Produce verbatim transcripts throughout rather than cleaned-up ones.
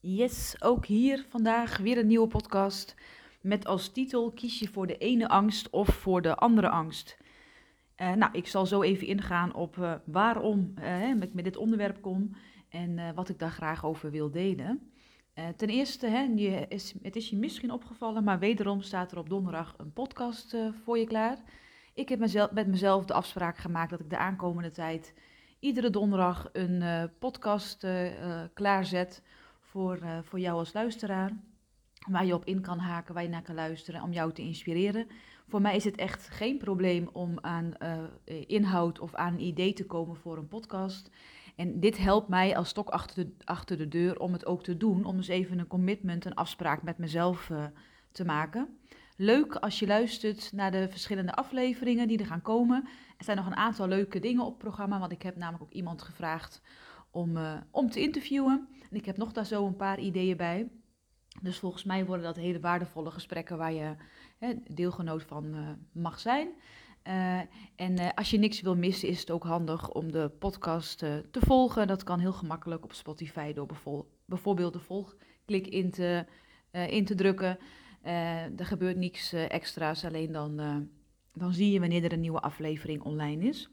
Yes, ook hier vandaag weer een nieuwe podcast met als titel: kies je voor de ene angst of voor de andere angst? Eh, nou, ik zal zo even ingaan op eh, waarom eh, ik met dit onderwerp kom en eh, wat ik daar graag over wil delen. Eh, ten eerste, hè, je is, het is je misschien opgevallen, maar wederom staat er op donderdag een podcast eh, voor je klaar. Ik heb mezelf, met mezelf de afspraak gemaakt dat ik de aankomende tijd iedere donderdag een eh, podcast eh, eh, klaarzet voor, eh, voor jou als luisteraar. Waar je op in kan haken, waar je naar kan luisteren, om jou te inspireren. Voor mij is het echt geen probleem om aan uh, inhoud of aan een idee te komen voor een podcast. En dit helpt mij als stok achter de, achter de deur om het ook te doen. Om dus even een commitment, een afspraak met mezelf uh, te maken. Leuk als je luistert naar de verschillende afleveringen die er gaan komen. Er zijn nog een aantal leuke dingen op het programma, want ik heb namelijk ook iemand gevraagd om, uh, om te interviewen. En ik heb nog daar zo een paar ideeën bij. Dus volgens mij worden dat hele waardevolle gesprekken waar je hè, deelgenoot van uh, mag zijn. Uh, en uh, als je niks wil missen, is het ook handig om de podcast uh, te volgen. Dat kan heel gemakkelijk op Spotify door bevol- bijvoorbeeld de volgklik in te, uh, in te drukken. Uh, er gebeurt niks uh, extra's, alleen dan, uh, dan zie je wanneer er een nieuwe aflevering online is.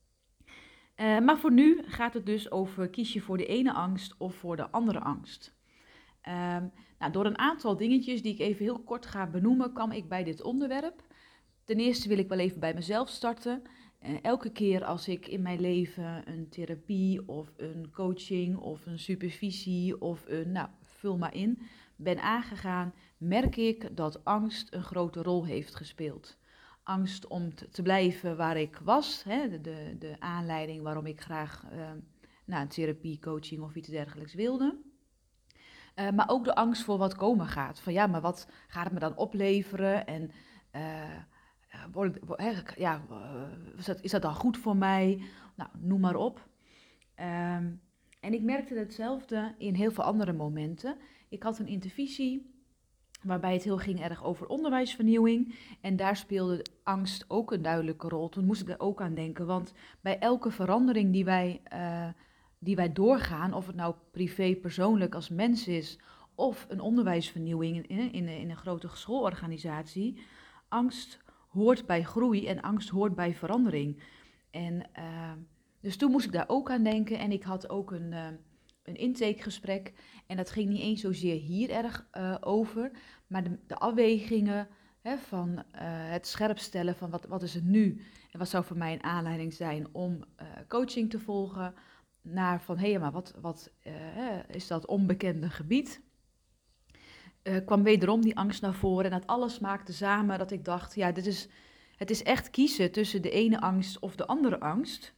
Uh, maar voor nu gaat het dus over: kies je voor de ene angst of voor de andere angst? Um, nou, door een aantal dingetjes die ik even heel kort ga benoemen, kwam ik bij dit onderwerp. Ten eerste wil ik wel even bij mezelf starten. Uh, elke keer als ik in mijn leven een therapie of een coaching of een supervisie of een, nou, vul maar in, ben aangegaan, merk ik dat angst een grote rol heeft gespeeld. Angst om te, te blijven waar ik was, hè, de, de, de aanleiding waarom ik graag uh, nou, een therapie, coaching of iets dergelijks wilde. Uh, maar ook de angst voor wat komen gaat. Van ja, maar wat gaat het me dan opleveren? En uh, word, word, he, ja, uh, is, dat, is dat dan goed voor mij? Nou, noem maar op. Um, en ik merkte hetzelfde in heel veel andere momenten. Ik had een intervisie waarbij het heel ging erg over onderwijsvernieuwing. En daar speelde angst ook een duidelijke rol. Toen moest ik er ook aan denken. Want bij elke verandering die wij... Uh, die wij doorgaan, of het nou privé, persoonlijk als mens is, of een onderwijsvernieuwing in, in, in een grote schoolorganisatie, angst hoort bij groei en angst hoort bij verandering. En uh, dus toen moest ik daar ook aan denken en ik had ook een, uh, een intakegesprek en dat ging niet eens zozeer hier erg uh, over, maar de, de afwegingen hè, van uh, het scherpstellen van wat, wat is het nu en wat zou voor mij een aanleiding zijn om uh, coaching te volgen, naar van, hé, hey, maar wat, wat uh, is dat onbekende gebied? Uh, kwam wederom die angst naar voren en dat alles maakte samen dat ik dacht, ja, dit is, het is echt kiezen tussen de ene angst of de andere angst.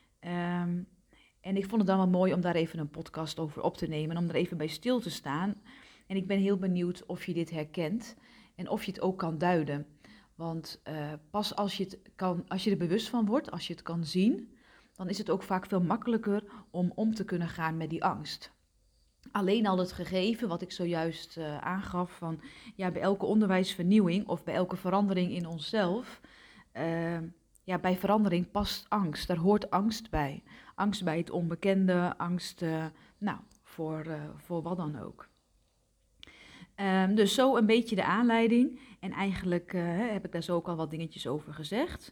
Um, en ik vond het dan wel mooi om daar even een podcast over op te nemen, om er even bij stil te staan. En ik ben heel benieuwd of je dit herkent en of je het ook kan duiden. Want uh, pas als je, het kan, als je er bewust van wordt, als je het kan zien, dan is het ook vaak veel makkelijker om om te kunnen gaan met die angst. Alleen al het gegeven wat ik zojuist uh, aangaf van, ja, bij elke onderwijsvernieuwing of bij elke verandering in onszelf, uh, ja, bij verandering past angst, daar hoort angst bij. Angst bij het onbekende, angst uh, nou, voor, uh, voor wat dan ook. Um, dus zo een beetje de aanleiding en eigenlijk uh, heb ik daar zo ook al wat dingetjes over gezegd.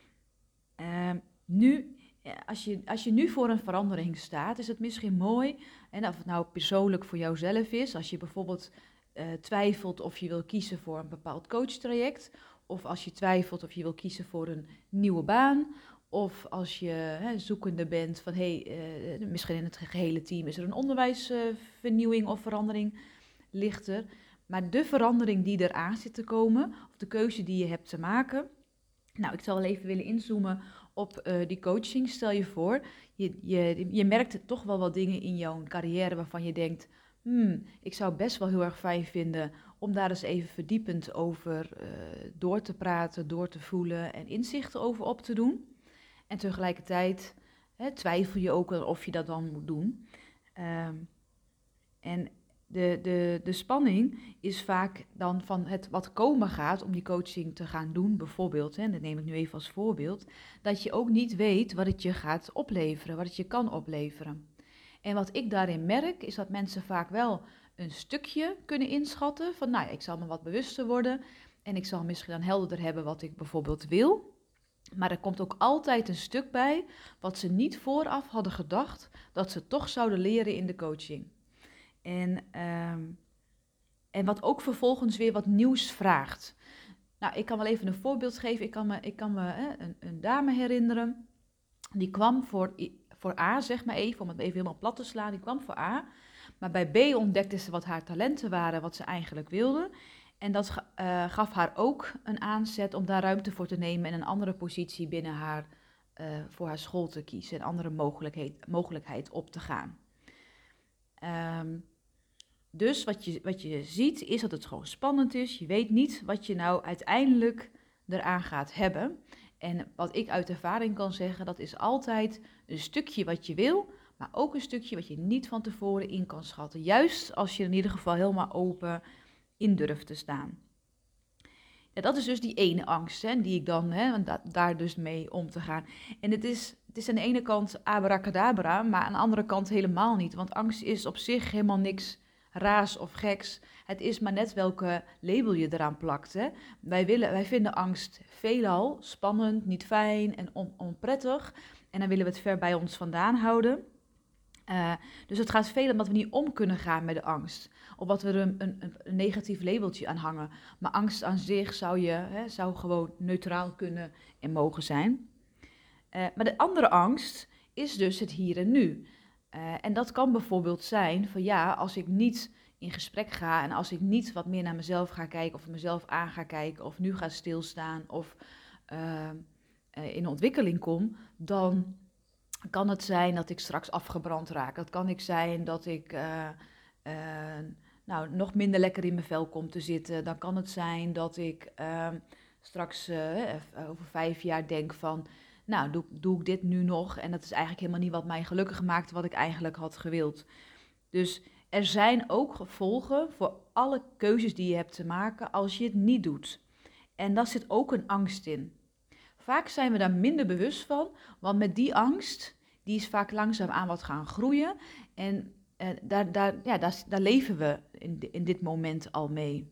Um, nu... Als je, als je nu voor een verandering staat, is het misschien mooi, en of het nou persoonlijk voor jouzelf is, als je bijvoorbeeld uh, twijfelt of je wil kiezen voor een bepaald coachtraject, of als je twijfelt of je wil kiezen voor een nieuwe baan, of als je hè, zoekende bent van, hé, hey, uh, misschien in het gehele team is er een onderwijsvernieuwing uh, of verandering, ligt er. Maar de verandering die eraan zit te komen, of de keuze die je hebt te maken, nou, ik zou wel even willen inzoomen op uh, die coaching. Stel je voor, je, je, je merkt toch wel wat dingen in jouw carrière waarvan je denkt, hmm, ik zou best wel heel erg fijn vinden om daar eens even verdiepend over uh, door te praten, door te voelen en inzichten over op te doen. En tegelijkertijd hè, twijfel je ook of je dat dan moet doen. Um, en De, de, de spanning is vaak dan van het wat komen gaat om die coaching te gaan doen, bijvoorbeeld, hè, en dat neem ik nu even als voorbeeld, dat je ook niet weet wat het je gaat opleveren, wat het je kan opleveren. En wat ik daarin merk, is dat mensen vaak wel een stukje kunnen inschatten van, nou ja, ik zal me wat bewuster worden en ik zal misschien dan helderder hebben wat ik bijvoorbeeld wil. Maar er komt ook altijd een stuk bij wat ze niet vooraf hadden gedacht dat ze toch zouden leren in de coaching. En, ehm, en wat ook vervolgens weer wat nieuws vraagt. Nou, ik kan wel even een voorbeeld geven. Ik kan me, ik kan me hè, een, een dame herinneren. Die kwam voor, voor A, zeg maar even, om het even helemaal plat te slaan. Die kwam voor A. Maar bij B ontdekte ze wat haar talenten waren, wat ze eigenlijk wilde. En dat uh, gaf haar ook een aanzet om daar ruimte voor te nemen en een andere positie binnen haar, uh, voor haar school te kiezen. Een andere mogelijkheid, mogelijkheid op te gaan. Um, dus wat je, wat je ziet is dat het gewoon spannend is. Je weet niet wat je nou uiteindelijk eraan gaat hebben. En wat ik uit ervaring kan zeggen, dat is altijd een stukje wat je wil, maar ook een stukje wat je niet van tevoren in kan schatten. Juist als je in ieder geval helemaal open in durft te staan. Ja, dat is dus die ene angst, hè, die ik dan, hè, da- daar dus mee om te gaan. En het is, het is aan de ene kant abracadabra, maar aan de andere kant helemaal niet. Want angst is op zich helemaal niks raars of geks. Het is maar net welke label je eraan plakt. Hè. Wij, willen, wij vinden angst veelal spannend, niet fijn en on, onprettig. En dan willen we het ver bij ons vandaan houden. Uh, dus het gaat veel om dat we niet om kunnen gaan met de angst. Of wat we er een, een, een negatief labeltje aan hangen. Maar angst aan zich zou, je, hè, zou gewoon neutraal kunnen en mogen zijn. Uh, maar de andere angst is dus het hier en nu. Uh, en dat kan bijvoorbeeld zijn van ja, als ik niet in gesprek ga en als ik niet wat meer naar mezelf ga kijken of mezelf aan ga kijken of nu ga stilstaan of uh, uh, in ontwikkeling kom, dan kan het zijn dat ik straks afgebrand raak. Dat kan ik zijn dat ik uh, uh, nou, nog minder lekker in mijn vel kom te zitten. Dan kan het zijn dat ik uh, straks uh, over vijf jaar denk van, nou, doe, doe ik dit nu nog? En dat is eigenlijk helemaal niet wat mij gelukkig maakt, wat ik eigenlijk had gewild. Dus er zijn ook gevolgen voor alle keuzes die je hebt te maken als je het niet doet. En daar zit ook een angst in. Vaak zijn we daar minder bewust van, want met die angst, die is vaak langzaam aan wat gaan groeien. En eh, daar, daar, ja, daar, daar leven we in, in dit moment al mee.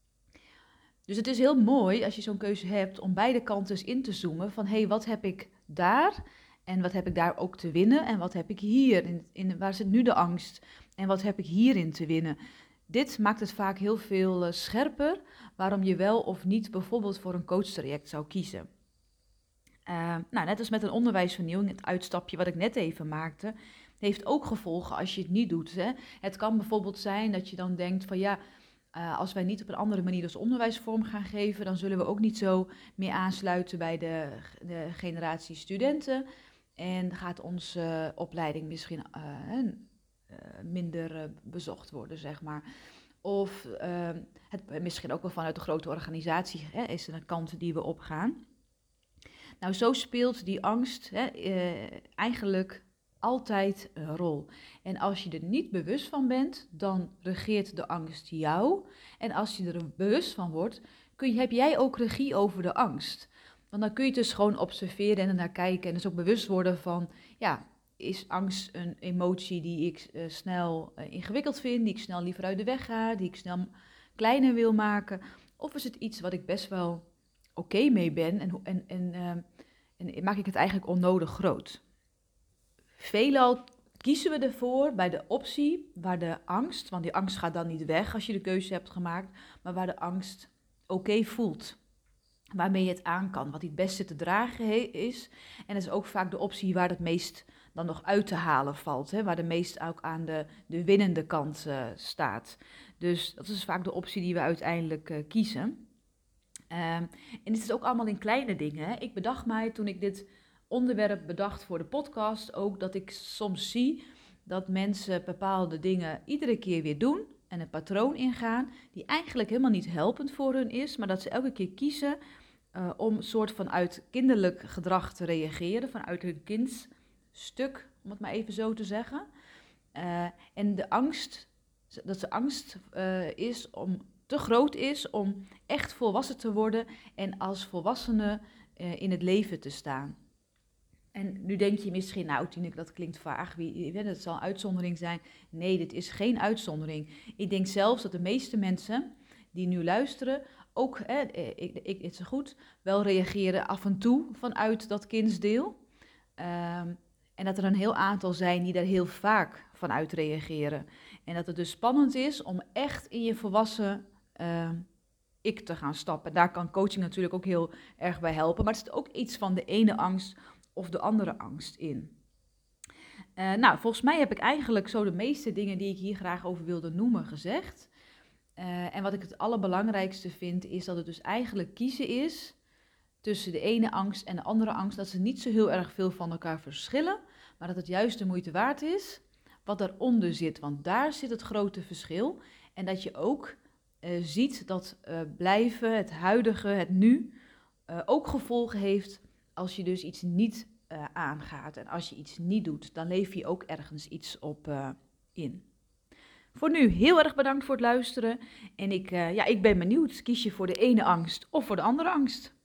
Dus het is heel mooi als je zo'n keuze hebt om beide kanten eens in te zoomen van hé, hey, wat heb ik daar en wat heb ik daar ook te winnen en wat heb ik hier, in, in, waar zit nu de angst en wat heb ik hierin te winnen. Dit maakt het vaak heel veel uh, scherper waarom je wel of niet bijvoorbeeld voor een coachtraject zou kiezen. Uh, nou, net als met een onderwijsvernieuwing, het uitstapje wat ik net even maakte, heeft ook gevolgen als je het niet doet. Hè. Het kan bijvoorbeeld zijn dat je dan denkt van ja, uh, als wij niet op een andere manier dus onderwijsvorm gaan geven, dan zullen we ook niet zo meer aansluiten bij de, de generatie studenten. En gaat onze uh, opleiding misschien uh, uh, minder uh, bezocht worden, zeg maar. Of uh, het, misschien ook wel vanuit de grote organisatie hè, is er een kant die we opgaan. Nou, zo speelt die angst hè, eh, eigenlijk altijd een rol. En als je er niet bewust van bent, dan regeert de angst jou. En als je er bewust van wordt, kun je, heb jij ook regie over de angst. Want dan kun je het dus gewoon observeren en er naar kijken. En dus ook bewust worden van, ja, is angst een emotie die ik uh, snel uh, ingewikkeld vind, die ik snel liever uit de weg ga, die ik snel kleiner wil maken? Of is het iets wat ik best wel oké okay mee ben en, en, en, uh, en maak ik het eigenlijk onnodig groot? Veelal kiezen we ervoor bij de optie waar de angst, want die angst gaat dan niet weg als je de keuze hebt gemaakt, maar waar de angst oké okay voelt. Waarmee je het aan kan, wat het beste te dragen is. En dat is ook vaak de optie waar het meest dan nog uit te halen valt. Hè, waar de meest ook aan de, de winnende kant uh, staat. Dus dat is vaak de optie die we uiteindelijk uh, kiezen. Uh, en het is ook allemaal in kleine dingen. Hè. Ik bedacht mij toen ik dit onderwerp bedacht voor de podcast ook dat ik soms zie dat mensen bepaalde dingen iedere keer weer doen en een patroon ingaan die eigenlijk helemaal niet helpend voor hun is, maar dat ze elke keer kiezen uh, om een soort van uit kinderlijk gedrag te reageren, vanuit hun kindstuk, om het maar even zo te zeggen. Uh, en de angst, dat de angst uh, is om te groot is om echt volwassen te worden en als volwassene uh, in het leven te staan. En nu denk je misschien, nou Tineke, dat klinkt vaag, wie, wie- dat zal een uitzondering zijn. Nee, dit is geen uitzondering. Ik denk zelfs dat de meeste mensen die nu luisteren, ook, hè, ik, ik, het is goed, wel reageren af en toe vanuit dat kindsdeel. Ehm, en dat er een heel aantal zijn die daar heel vaak vanuit reageren. En dat het dus spannend is om echt in je volwassen ehm, ik te gaan stappen. Daar kan coaching natuurlijk ook heel erg bij helpen. Maar er zit ook iets van de ene angst of de andere angst in. Uh, nou, volgens mij heb ik eigenlijk zo de meeste dingen die ik hier graag over wilde noemen gezegd. Uh, en wat ik het allerbelangrijkste vind, is dat het dus eigenlijk kiezen is tussen de ene angst en de andere angst. Dat ze niet zo heel erg veel van elkaar verschillen, maar dat het juist de moeite waard is wat daaronder zit. Want daar zit het grote verschil. En dat je ook uh, ziet dat uh, blijven, het huidige, het nu, uh, ook gevolgen heeft als je dus iets niet uh, aangaat. En als je iets niet doet, dan leef je ook ergens iets op uh, in. Voor nu heel erg bedankt voor het luisteren. En ik, uh, ja, ik ben benieuwd, kies je voor de ene angst of voor de andere angst?